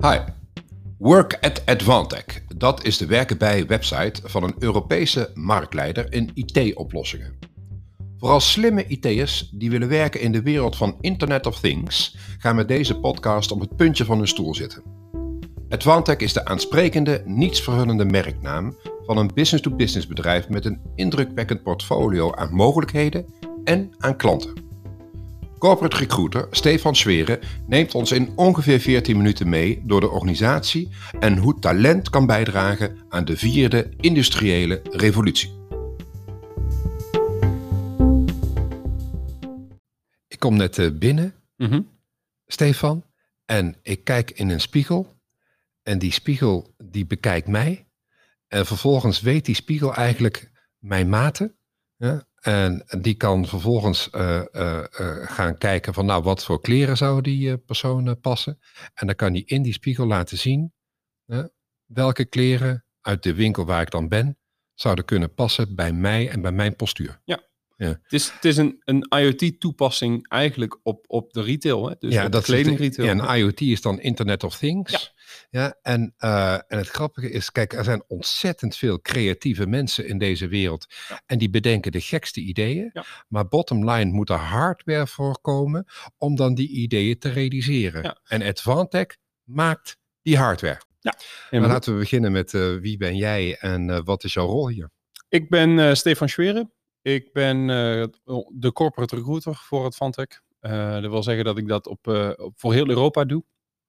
Hi, Work at Advantech. Dat is de werken bij website van een Europese marktleider in IT-oplossingen. Vooral slimme IT'ers die willen werken in de wereld van Internet of Things gaan met deze podcast op het puntje van hun stoel zitten. Advantech is de aansprekende, nietsverhullende merknaam van een business-to-business bedrijf met een indrukwekkend portfolio aan mogelijkheden en aan klanten. Corporate recruiter Stefan Schweren neemt ons in ongeveer 14 minuten mee door de organisatie en hoe talent kan bijdragen aan de 4e industriële revolutie. Ik kom net binnen, Stefan, en ik kijk in een spiegel en die spiegel die bekijkt mij en vervolgens weet die spiegel eigenlijk mijn maten. Ja? En die kan vervolgens gaan kijken van nou wat voor kleren zou die persoon passen. En dan kan hij in die spiegel laten zien welke kleren uit de winkel waar ik dan ben zouden kunnen passen bij mij en bij mijn postuur. Ja. Ja. Het is een IoT-toepassing eigenlijk op de retail. Hè? Dus ja, op dat kledingretail. Ja, en IoT is dan Internet of Things. Ja. Ja, en het grappige is, kijk, er zijn ontzettend veel creatieve mensen in deze wereld. Ja. En die bedenken de gekste ideeën. Ja. Maar bottom line moet er hardware voor komen om dan die ideeën te realiseren. Ja. En Advantech maakt die hardware. Ja. Maar laten we beginnen met wie ben jij en wat is jouw rol hier? Ik ben Stefan Schweren. Ik ben de corporate recruiter voor Advantech. Dat wil zeggen dat ik dat voor heel Europa doe.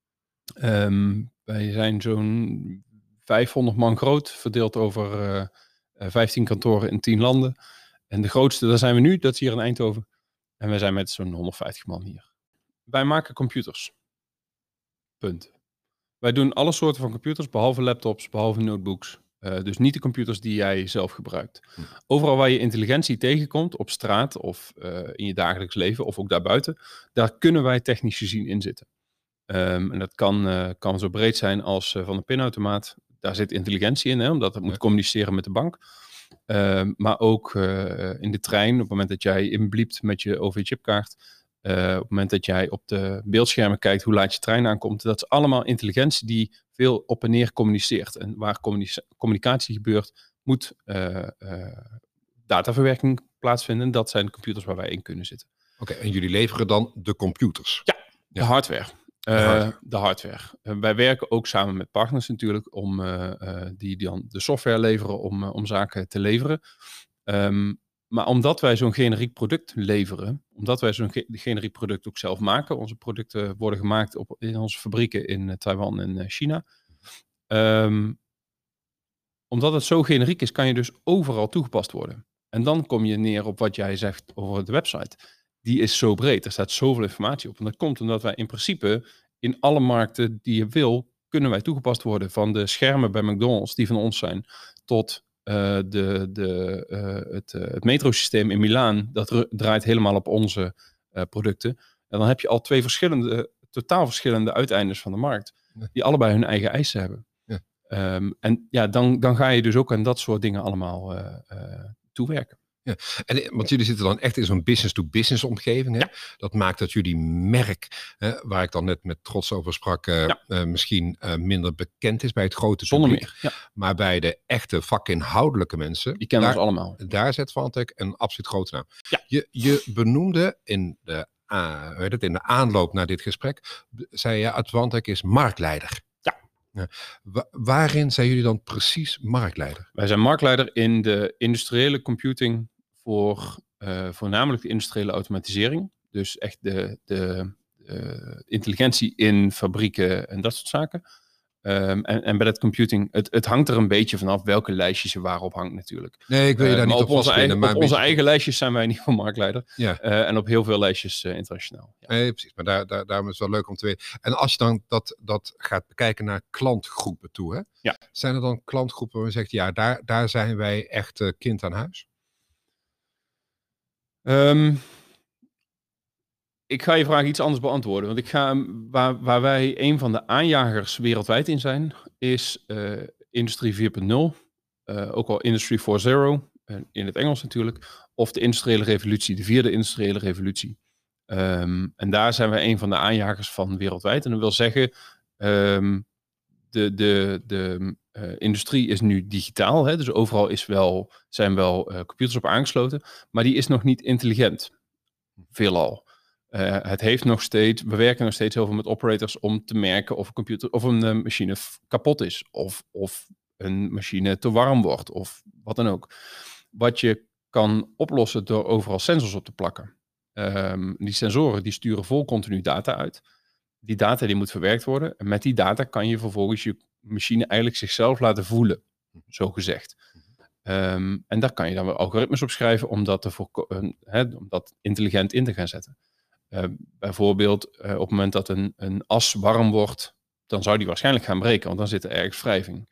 Wij zijn zo'n 500 man groot, verdeeld over 15 kantoren in 10 landen. En de grootste, daar zijn we nu, dat is hier in Eindhoven. En wij zijn met zo'n 150 man hier. Wij maken computers. Punt. Wij doen alle soorten van computers, behalve laptops, behalve notebooks. Dus niet de computers die jij zelf gebruikt. Overal waar je intelligentie tegenkomt, op straat of in je dagelijks leven of ook daarbuiten, daar kunnen wij technisch gezien in zitten. En dat kan zo breed zijn als van een pinautomaat. Daar zit intelligentie in, hè, omdat het moet communiceren met de bank. Maar ook in de trein, op het moment dat jij inbliept met je OV-chipkaart. Op het moment dat jij op de beeldschermen kijkt hoe laat je trein aankomt. Dat is allemaal intelligentie die veel op en neer communiceert. En waar communicatie gebeurt, moet dataverwerking plaatsvinden. Dat zijn de computers waar wij in kunnen zitten. Oké, en jullie leveren dan de computers? Ja, de hardware. De hardware. Wij werken ook samen met partners natuurlijk om die dan de software leveren om zaken te leveren. Maar omdat wij zo'n generiek product leveren, omdat wij zo'n generiek product ook zelf maken, onze producten worden gemaakt in onze fabrieken in Taiwan en China. Omdat het zo generiek is, kan je dus overal toegepast worden. En dan kom je neer op wat jij zegt over de website. Die is zo breed, er staat zoveel informatie op. En dat komt omdat wij in principe in alle markten die je wil, kunnen wij toegepast worden. Van de schermen bij McDonald's die van ons zijn, tot het metrosysteem in Milaan, dat draait helemaal op onze producten. En dan heb je al 2 totaal verschillende uiteindes van de markt, die allebei hun eigen eisen hebben. Ja. Dan ga je dus ook aan dat soort dingen allemaal toewerken. Ja, want jullie zitten dan echt in zo'n business-to-business omgeving. Hè? Ja. Dat maakt dat jullie merk, waar ik dan net met trots over sprak, misschien minder bekend is bij het grote Zonder publiek. Meer. Ja. Maar bij de echte vakinhoudelijke mensen, die kennen ons allemaal. Daar zet Advantech een absoluut grote naam. Ja. Je benoemde in de aanloop naar dit gesprek, zei je Advantech is marktleider. Ja. Waarin zijn jullie dan precies marktleider? Wij zijn marktleider in de industriële computing voor voornamelijk de industriële automatisering. Dus echt de intelligentie in fabrieken en dat soort zaken. En bij dat computing, het hangt er een beetje vanaf welke lijstjes je waarop hangt natuurlijk. Nee, ik wil je daar niet op vastpinnen. Op onze eigen lijstjes zijn wij in ieder geval marktleider. Ja. En op heel veel lijstjes internationaal. Ja. Nee, precies. Maar daarom is het wel leuk om te weten. En als je dan dat gaat bekijken naar klantgroepen toe. Hè? Ja. Zijn er dan klantgroepen waar je zegt, ja, daar zijn wij echt kind aan huis? Ik ga je vraag iets anders beantwoorden. Want waar wij een van de aanjagers wereldwijd in zijn, is Industrie 4.0. Ook al Industry 4.0, in het Engels natuurlijk. Of de industriële revolutie, de 4e industriële revolutie. En daar zijn wij een van de aanjagers van wereldwijd. En dat wil zeggen, De industrie is nu digitaal, hè? Dus overal zijn wel computers op aangesloten, maar die is nog niet intelligent, veelal. We werken nog steeds heel veel met operators om te merken of een computer of een machine kapot is, of een machine te warm wordt, of wat dan ook. Wat je kan oplossen door overal sensors op te plakken. Die sensoren die sturen vol continu data uit. Die data die moet verwerkt worden. En met die data kan je vervolgens je machine eigenlijk zichzelf laten voelen, zo gezegd. En daar kan je dan wel algoritmes op schrijven om dat intelligent in te gaan zetten. Bijvoorbeeld op het moment dat een as warm wordt, dan zou die waarschijnlijk gaan breken, want dan zit er ergens wrijving.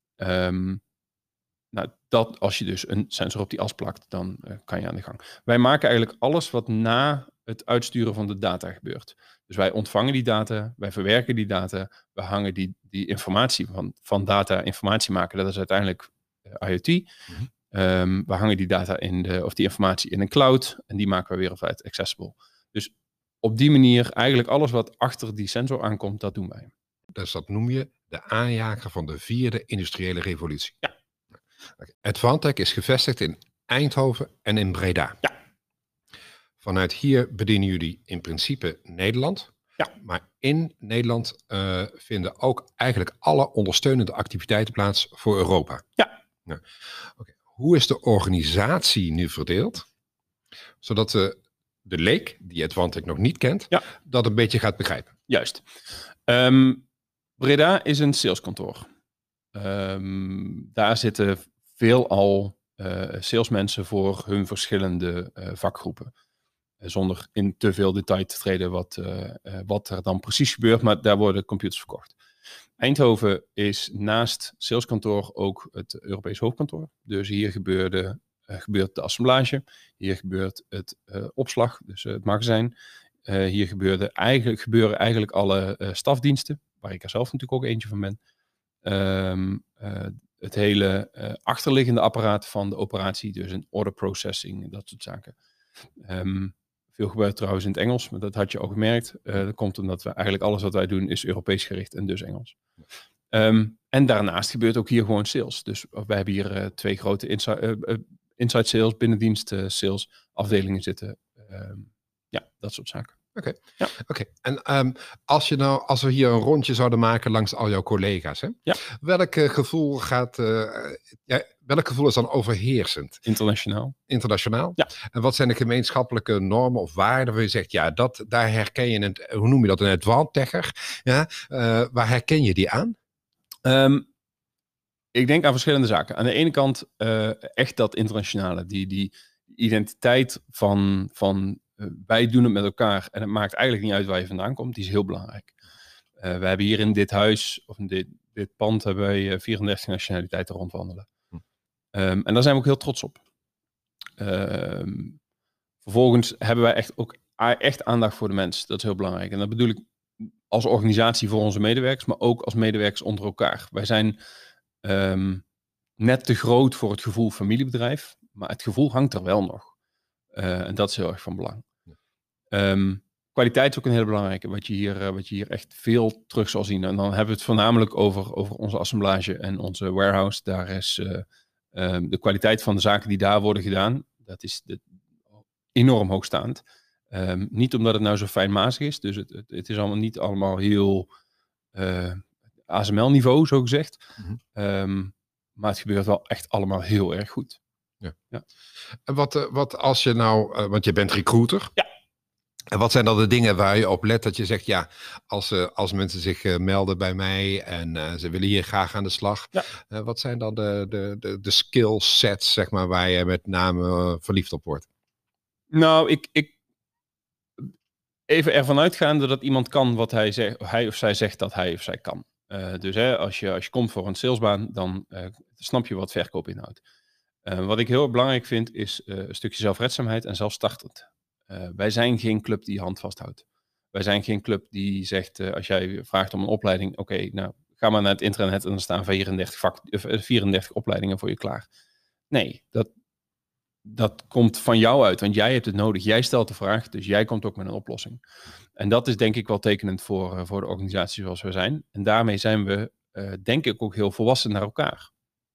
Als je dus een sensor op die as plakt, dan kan je aan de gang. Wij maken eigenlijk alles wat na het uitsturen van de data gebeurt. Dus wij ontvangen die data, wij verwerken die data, we hangen die informatie van data informatie maken. Dat is uiteindelijk IoT. We hangen die data die informatie in een cloud en die maken we wereldwijd accessible. Dus op die manier eigenlijk alles wat achter die sensor aankomt, dat doen wij. Dus dat noem je de aanjager van de 4e industriële revolutie. Ja. Advantech is gevestigd in Eindhoven en in Breda. Ja. Vanuit hier bedienen jullie in principe Nederland. Ja. Maar in Nederland vinden ook eigenlijk alle ondersteunende activiteiten plaats voor Europa. Ja. Nou, okay. Hoe is de organisatie nu verdeeld? Zodat de leek, die Advantech nog niet kent, dat een beetje gaat begrijpen. Juist. Breda is een saleskantoor. Daar zitten veelal salesmensen voor hun verschillende vakgroepen. Zonder in te veel detail te treden wat er dan precies gebeurt, maar daar worden computers verkocht. Eindhoven is naast saleskantoor ook het Europees hoofdkantoor. Dus hier gebeurt de assemblage, hier gebeurt het opslag, dus het magazijn. Hier gebeuren eigenlijk alle stafdiensten, waar ik er zelf natuurlijk ook eentje van ben. Het hele achterliggende apparaat van de operatie, dus een order processing en dat soort zaken. Veel gebeurt trouwens in het Engels, maar dat had je ook gemerkt. Dat komt omdat we eigenlijk alles wat wij doen is Europees gericht en dus Engels. En daarnaast gebeurt ook hier gewoon sales. Dus we hebben hier 2 grote inside sales, binnendienst sales afdelingen zitten. Dat soort zaken. Oké. En als we hier een rondje zouden maken langs al jouw collega's, hè? Ja. Welk gevoel is dan overheersend? Internationaal? Ja. En wat zijn de gemeenschappelijke normen of waarden waar je zegt, daar herken je hoe noem je dat, een Advantecher? Ja? Waar herken je die aan? Ik denk aan verschillende zaken. Aan de ene kant echt dat internationale, die identiteit van wij doen het met elkaar en het maakt eigenlijk niet uit waar je vandaan komt, die is heel belangrijk. We hebben hier in dit huis, of in dit pand, hebben wij 34 nationaliteiten rondwandelen. En daar zijn we ook heel trots op. Vervolgens hebben wij echt aandacht voor de mens. Dat is heel belangrijk. En dat bedoel ik als organisatie voor onze medewerkers, maar ook als medewerkers onder elkaar. Wij zijn net te groot voor het gevoel familiebedrijf, maar het gevoel hangt er wel nog. En dat is heel erg van belang. Kwaliteit is ook een hele belangrijke, wat je hier echt veel terug zal zien. En dan hebben we het voornamelijk over onze assemblage en onze warehouse. Daar is de kwaliteit van de zaken die daar worden gedaan, dat is enorm hoogstaand. Niet omdat het nou zo fijnmazig is, dus het is allemaal niet allemaal heel ASML-niveau, zo gezegd. Maar het gebeurt wel echt allemaal heel erg goed. Ja. En wat als je nou, want je bent recruiter. Ja. En wat zijn dan de dingen waar je op let dat je zegt, als mensen zich melden bij mij en ze willen hier graag aan de slag. Ja. Wat zijn dan de skill sets, zeg maar, waar je met name verliefd op wordt? Nou, ik even ervan uitgaande dat iemand kan wat hij of zij zegt dat hij of zij kan. Dus als je komt voor een salesbaan, dan snap je wat verkoop inhoudt. Wat ik heel belangrijk vind is een stukje zelfredzaamheid en zelfstartend. Wij zijn geen club die je hand vasthoudt. Wij zijn geen club die zegt, als jij vraagt om een opleiding, nou ga maar naar het internet en er staan 34 opleidingen voor je klaar. Nee, dat komt van jou uit, want jij hebt het nodig. Jij stelt de vraag, dus jij komt ook met een oplossing. En dat is denk ik wel tekenend voor de organisatie zoals we zijn. En daarmee zijn we, denk ik, ook heel volwassen naar elkaar.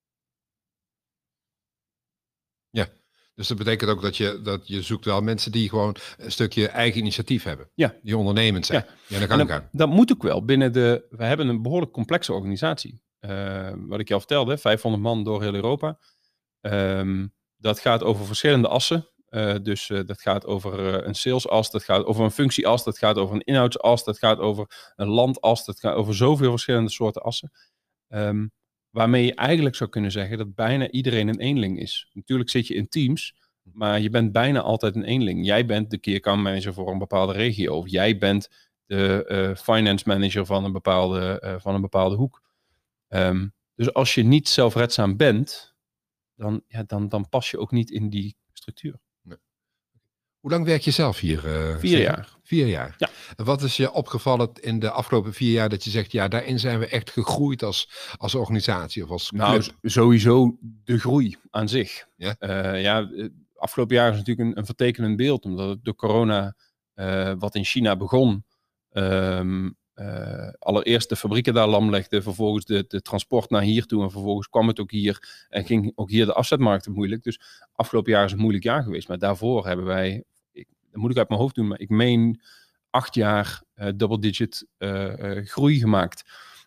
Ja, dus dat betekent ook dat je zoekt wel mensen die gewoon een stukje eigen initiatief hebben. Ja. Die ondernemend zijn. Ja, dat kan ook aan. Dat moet ook wel. We hebben een behoorlijk complexe organisatie. Wat ik je al vertelde, 500 man door heel Europa. Dat gaat over verschillende assen. Dus dat gaat over een salesas, dat gaat over een functieas, dat gaat over een inhoudsas, dat gaat over een landas, dat gaat over zoveel verschillende soorten assen. Waarmee je eigenlijk zou kunnen zeggen dat bijna iedereen een eenling is. Natuurlijk zit je in teams, maar je bent bijna altijd een eenling. Jij bent de key account manager voor een bepaalde regio. Of jij bent de finance manager van een bepaalde hoek. Dus als je niet zelfredzaam bent, dan pas je ook niet in die structuur. Nee. Hoe lang werk je zelf hier? 4 jaar. 4 jaar. Ja. En wat is je opgevallen in de afgelopen 4 jaar dat je zegt, ja, daarin zijn we echt gegroeid als organisatie of als club? Nou, sowieso de groei aan zich. Ja? Afgelopen jaar is natuurlijk een vertekenend beeld, omdat het door corona, wat in China begon, allereerst de fabrieken daar lam legden, vervolgens de transport naar hier toe en vervolgens kwam het ook hier en ging ook hier de afzetmarkten moeilijk. Dus afgelopen jaar is een moeilijk jaar geweest, maar daarvoor hebben wij, dat moet ik uit mijn hoofd doen, maar ik meen 8 jaar double-digit groei gemaakt.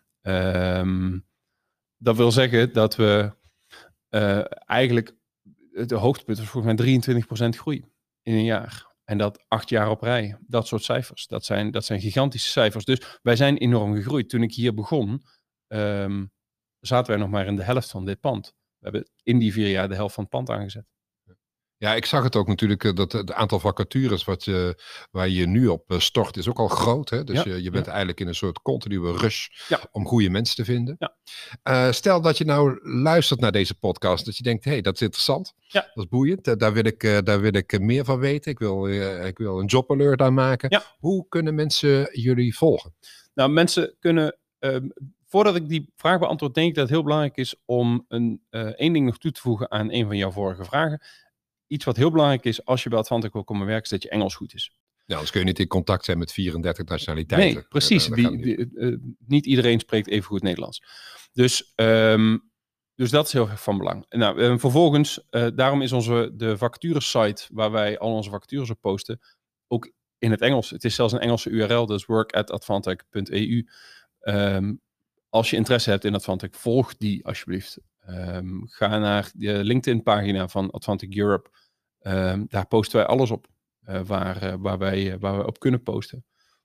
Dat wil zeggen dat we eigenlijk, het hoogtepunt was volgens mij 23% groei in een jaar. En dat 8 jaar op rij. Dat soort cijfers. Dat zijn gigantische cijfers. Dus wij zijn enorm gegroeid. Toen ik hier begon, zaten wij nog maar in de helft van dit pand. We hebben in die 4 jaar de helft van het pand aangezet. Ja, ik zag het ook natuurlijk, dat het aantal vacatures waar je nu op stort is ook al groot. Hè? Dus je bent eigenlijk in een soort continue rush om goede mensen te vinden. Ja. Stel dat je nou luistert naar deze podcast, dat je denkt, hey, dat is interessant, dat is boeiend, daar wil ik meer van weten. Ik wil een job alert aanmaken. Ja. Hoe kunnen mensen jullie volgen? Nou, mensen kunnen... Voordat ik die vraag beantwoord, denk ik dat het heel belangrijk is om één ding nog toe te voegen aan een van jouw vorige vragen. Iets wat heel belangrijk is als je bij Advantech wil komen werken, is dat je Engels goed is. Ja, anders kun je niet in contact zijn met 34 nationaliteiten. Nee, precies. Niet iedereen spreekt even goed Nederlands. Dus dat is heel erg van belang. Nou, vervolgens, daarom is de vacaturesite waar wij al onze vacatures op posten, ook in het Engels. Het is zelfs een Engelse URL, dus work@advantech.eu. Als je interesse hebt in Advantech, volg die alsjeblieft. Ga naar de LinkedIn-pagina van Advantech Europe. Daar posten wij alles op waar wij op kunnen posten.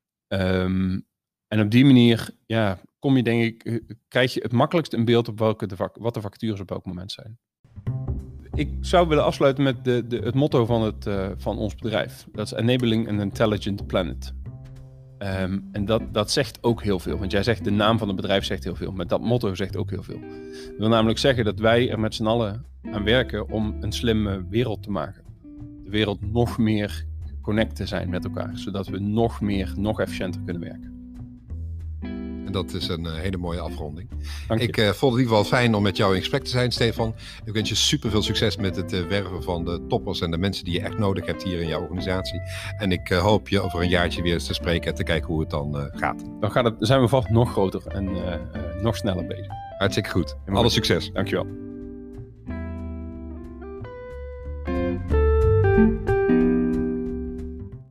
En op die manier kom je, denk ik, krijg je het makkelijkst een beeld op wat de vacatures op welk moment zijn. Ik zou willen afsluiten met het motto van ons bedrijf. Dat is Enabling an Intelligent Planet. En dat zegt ook heel veel. Want jij zegt, de naam van het bedrijf zegt heel veel. Maar dat motto zegt ook heel veel. Dat wil namelijk zeggen dat wij er met z'n allen aan werken om een slimme wereld te maken. De wereld nog meer connect te zijn met elkaar. Zodat we nog efficiënter kunnen werken. En dat is een hele mooie afronding. Dank je. Ik vond het in ieder geval fijn om met jou in gesprek te zijn, Stefan. Ik wens je super veel succes met het werven van de toppers en de mensen die je echt nodig hebt hier in jouw organisatie. En ik hoop je over een jaartje weer eens te spreken en te kijken hoe het dan gaat. Dan zijn we vast nog groter en nog sneller bezig. Hartstikke goed. Alle succes. Dankjewel.